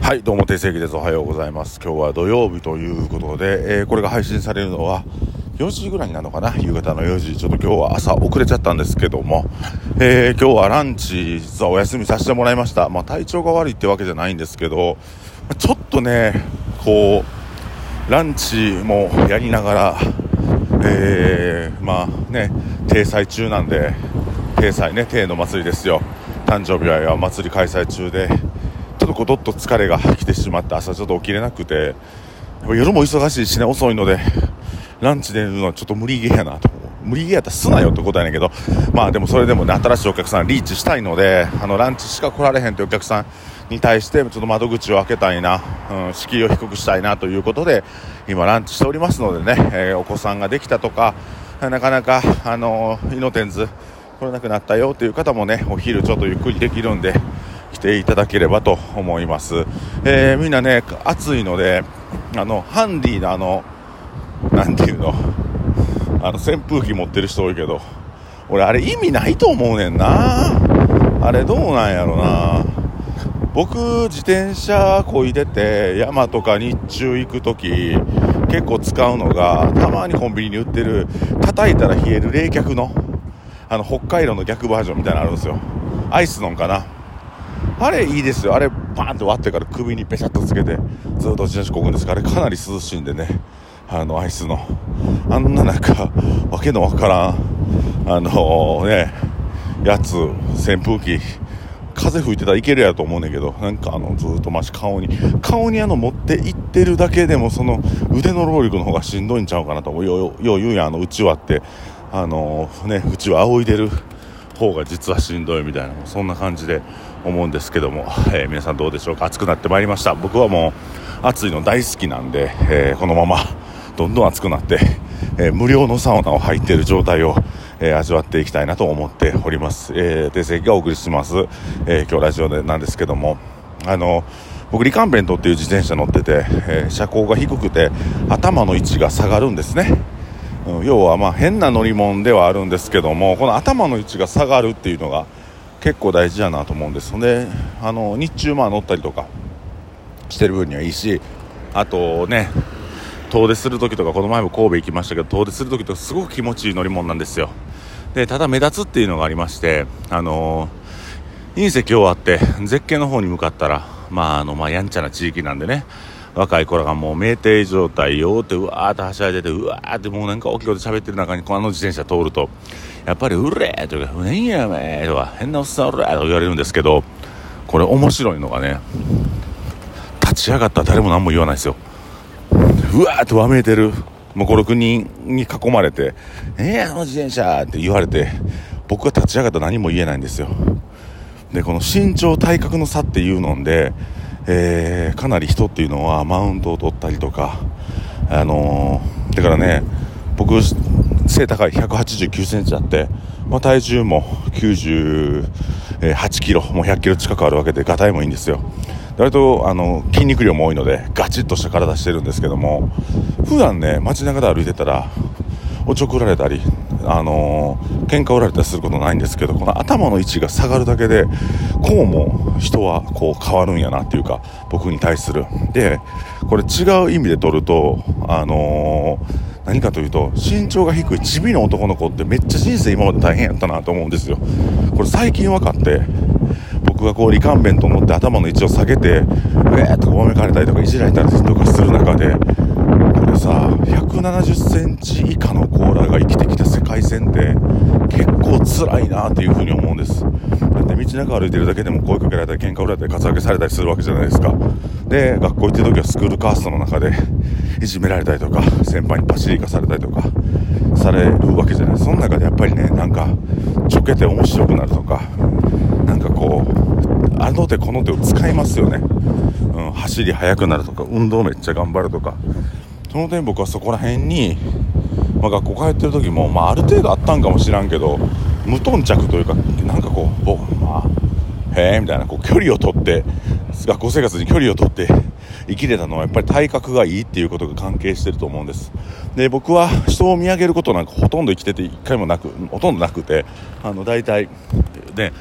はい、どうも定石です。おはようございます。今日は土曜日ということで、これが配信されるのは4時ぐらいになるのかな。夕方の4時。ちょっと今日は朝遅れちゃったんですけども、今日はランチ実はお休みさせてもらいました。体調が悪いってわけじゃないんですけど、ちょっとねランチもやりながら、体祭中なんで、体祭ね、体の祭りですよ。誕生日は祭り開催中で、ちょっとどっと疲れが来てしまって朝ちょっと起きれなくて、夜も忙しいしね、遅いのでランチで寝るのはちょっと無理ゲーやなと。無理ゲーやったらすなよってことやねんけど、でもそれでもね、新しいお客さんリーチしたいので、ランチしか来られへんというお客さんに対してちょっと窓口を開けたいな、敷居を低くしたいなということで今ランチしておりますのでね、お子さんができたとか、なかなかイノテンズ来れなくなったよという方もね、お昼ちょっとゆっくりできるんで来ていただければと思います。みんなね、暑いのでハンディのなんていうの、扇風機持ってる人多いけど、俺あれ意味ないと思うねんな。あれどうなんやろな。僕自転車こいでて山とか日中行くとき結構使うのが、たまにコンビニに売ってる叩いたら冷える冷却の北海道の逆バージョンみたいなのあるんですよ。アイスのんかな。あれいいですよ。あれバーンと割ってから首にペシャッとつけてずっと自転車こぐんですが、あれかなり涼しいんでね、アイスのなんかわけのわからんやつ、扇風機風吹いてたらいけるやと思うねんけど、なんかずっと顔に持っていってるだけでもその腕の労力の方がしんどいんちゃうかなと。よう言うやん、うちわってうちわ仰いでる方が実はしんどいみたいな、そんな感じで思うんですけども、皆さんどうでしょうか。暑くなってまいりました。僕はもう暑いの大好きなんで、このままどんどん暑くなって、無料のサウナを入っている状態を、味わっていきたいなと思っております。定石がお送りします。今日ラジオでなんですけども、僕リカンベントっていう自転車乗ってて、車高が低くて頭の位置が下がるんですね。要は変な乗り物ではあるんですけども、この頭の位置が下がるっていうのが結構大事だなと思うんです。で日中乗ったりとかしてる分にはいいし、あとね、遠出するときとか、この前も神戸行きましたけど、遠出するときとかすごく気持ちいい乗り物なんですよ。でただ目立つっていうのがありまして、隕石を割って絶景の方に向かったら、やんちゃな地域なんでね、若い頃がもう酩酊状態よってうわーってはしゃいでて、うわーってもうなんか大きいこと喋ってる中に自転車通ると、やっぱりうれーとか何やめーとか変なおっさんうれーとか言われるんですけど、これ面白いのがね、立ち上がったら誰も何も言わないですよ。うわーってわめいてるもう 5,6 人に囲まれて、自転車って言われて、僕が立ち上がったら何も言えないんですよ。でこの身長体格の差っていうので、かなり人っていうのはマウントを取ったりとか、だからね、僕背高い189センチあって、体重も98キロ、もう100キロ近くあるわけで、ガタイもいいんですよ。割と筋肉量も多いのでガチッとした体してるんですけども、普段ね、街中で歩いてたらおちょくられたり喧嘩売られたりすることないんですけど、この頭の位置が下がるだけでこうも人はこう変わるんやなっていうか、僕に対する。でこれ違う意味で取ると何かというと、身長が低いチビの男の子ってめっちゃ人生今まで大変やったなと思うんですよ。これ最近分かって、僕がリカンベント乗って頭の位置を下げてとかわめかれたりとかいじられたりとかする中で、これさ、170センチ以下のコーラが生きてきた世界線って結構辛いなっていうふうに思うんです。だって道中歩いてるだけでも声かけられたり喧嘩売られたりカツアゲされたりするわけじゃないですか。で学校行ってる時はスクールカーストの中でいじめられたりとか、先輩にパシリ化されたりとかされるわけじゃない。その中でやっぱりね、なんかちょけて面白くなるとか、なんかあの手この手を使いますよね。走り速くなるとか、運動めっちゃ頑張るとか、その点僕はそこら辺に、学校通ってる時も、ある程度あったんかもしらんけど、無頓着というか、なんかへーみたいな距離を取って、学校生活に距離を取って生きれたのはやっぱり体格がいいっていうことが関係してると思うんです。で僕は人を見上げることなんかほとんど生きてて一回もほとんどなくて、大体ね、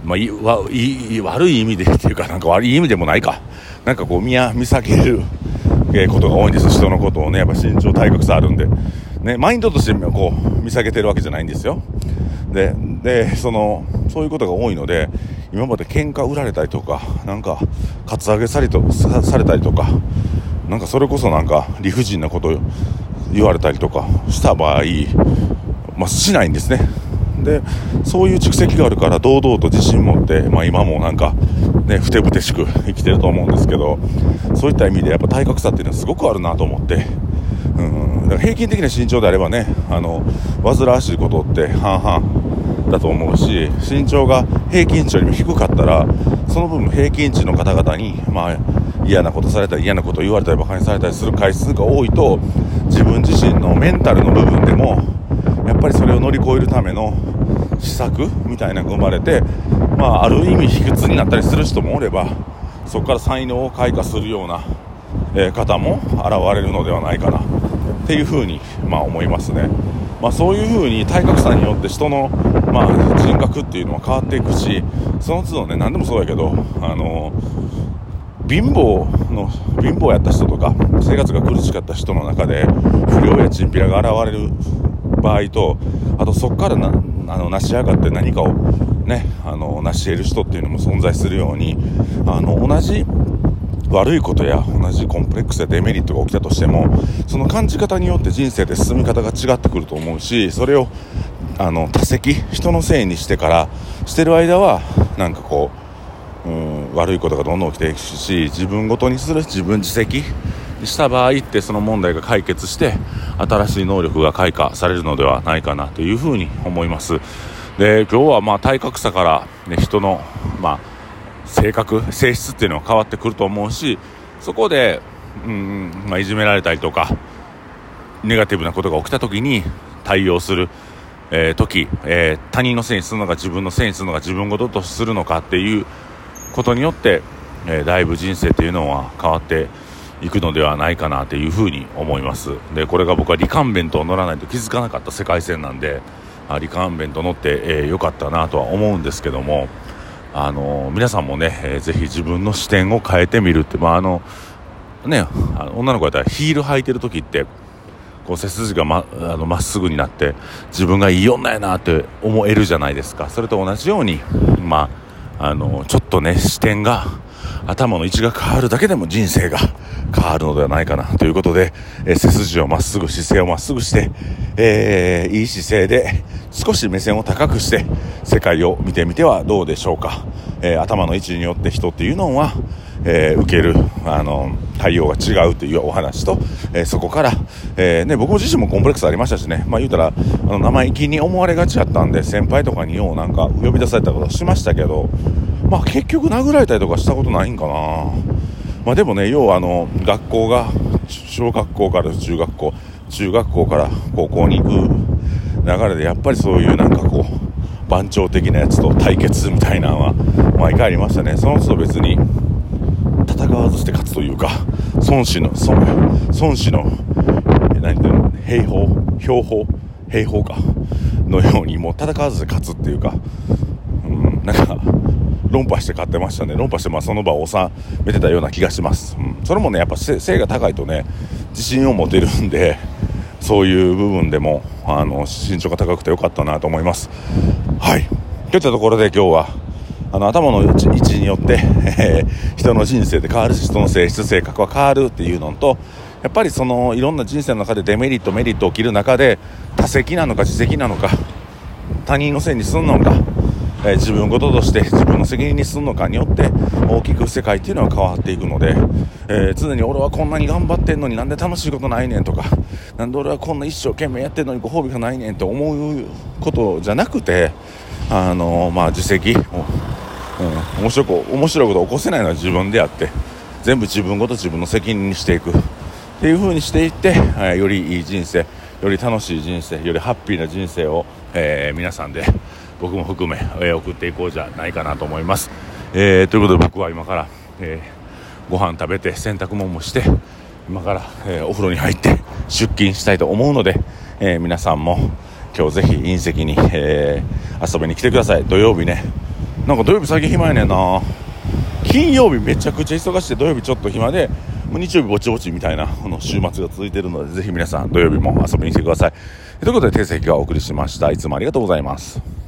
悪い意味でっていうか、なんか悪い意味でもないか、なんかこう見下げることが多いんです。人のことをね、やっぱ身長体格差あるんでね、マインドとしてこう見下げてるわけじゃないんですよ。でそういうことが多いので、今まで喧嘩売られたりとか、なんかカツアゲされたりとか、なんかそれこそなんか理不尽なことを言われたりとかした場合、しないんですね。でそういう蓄積があるから堂々と自信持って、今もなんかねふてぶてしく生きてると思うんですけど、そういった意味でやっぱ体格差っていうのはすごくあるなと思って、だから平均的な身長であればね、煩わしいことって半々だと思うし、身長が平均値よりも低かったら、その分平均値の方々に嫌なことされたり、嫌なこと言われたり馬鹿にされたりする回数が多いと、自分自身のメンタルの部分でもやっぱりそれを乗り越えるための施策みたいなのが生まれて、ある意味卑屈になったりする人もおれば、そこから才能を開花するような、方も現れるのではないかなっていうふうに、思いますね。そういうふうに体格差によって人の、人格っていうのは変わっていくし、その都度ね、何でもそうやけど、貧乏やった人とか生活が苦しかった人の中で不良やチンピラが現れる場合と、あとそこから成し上がって何かをね成し得る人っていうのも存在するように、同じ悪いことや同じコンプレックスやデメリットが起きたとしても、その感じ方によって人生で進み方が違ってくると思うし、それを他責人のせいにしてる間はなんかこう悪いことがどんどん起きていくし、自分ごとにする自分自責にした場合って、その問題が解決して新しい能力が開花されるのではないかなというふうに思います。で今日は体格差から、ね、人の性質っていうのは変わってくると思うし、そこでいじめられたりとかネガティブなことが起きた時に対応する時、他人のせいにするのか自分のせいにするのか自分ごととするのかっていうことによって、だいぶ人生っていうのは変わっていくのではないかなというふうに思います。でこれが僕はリカンベントを乗らないと気づかなかった世界線なんで、リカンベント乗って、よかったなとは思うんですけども、皆さんもね、ぜひ自分の視点を変えてみるって、女の子だったらヒール履いてる時ってこう背筋がまっすぐになって自分がいい女やなって思えるじゃないですか。それと同じように、ちょっとね視点が頭の位置が変わるだけでも人生が変わるのではないかなということで、背筋をまっすぐ、姿勢をまっすぐして、いい姿勢で少し目線を高くして世界を見てみてはどうでしょうか。頭の位置によって人っていうのは、受ける対応が違うというお話と、そこから、僕自身もコンプレックスありましたしね、言うたら生意気に思われがちやったんで、先輩とかにようなんか呼び出されたことしましたけど、結局殴られたりとかしたことないんかな。でもね、要は学校が小学校から中学校から高校に行く流れで、やっぱりそういうなんかこう番長的なやつと対決みたいなのは毎回ありましたね。その都度別に戦わずして勝つというか、孫子の何ていうの、兵法かのように、もう戦わずして勝つっていうか、なんか論破して勝ってましたね。論破してその場を収めてたような気がします。それもね、やっぱ背が高いとね自信を持てるんで、そういう部分でも身長が高くてよかったなと思います。はい、といったところで今日は頭の位置によって、人の人生で変わるし、人の性質性格は変わるっていうのと、やっぱりそのいろんな人生の中でデメリットメリット起きる中で、他責なのか自責なのか他人のせいにするのか、自分事として自分の責任にするのかによって大きく世界っていうのは変わっていくので、常に俺はこんなに頑張ってんのになんで楽しいことないねんとか、なんで俺はこんな一生懸命やってんのにご褒美がないねんと思うことじゃなくて、自責面白いことを起こせないのは自分であって、全部自分ごと自分の責任にしていくっていう風にしていって、よりいい人生、より楽しい人生、よりハッピーな人生を、皆さんで僕も含め、送っていこうじゃないかなと思います。ということで僕は今から、ご飯食べて洗濯物もして今から、お風呂に入って出勤したいと思うので、皆さんも今日ぜひ隕石に、遊びに来てください。土曜日ね、 なんか土曜日最近暇やねんな。金曜日めちゃくちゃ忙しくて土曜日ちょっと暇で、もう日曜日ぼちぼちみたいなこの週末が続いているので、ぜひ皆さん土曜日も遊びに来てください。ということで定石がお送りしました。いつもありがとうございます。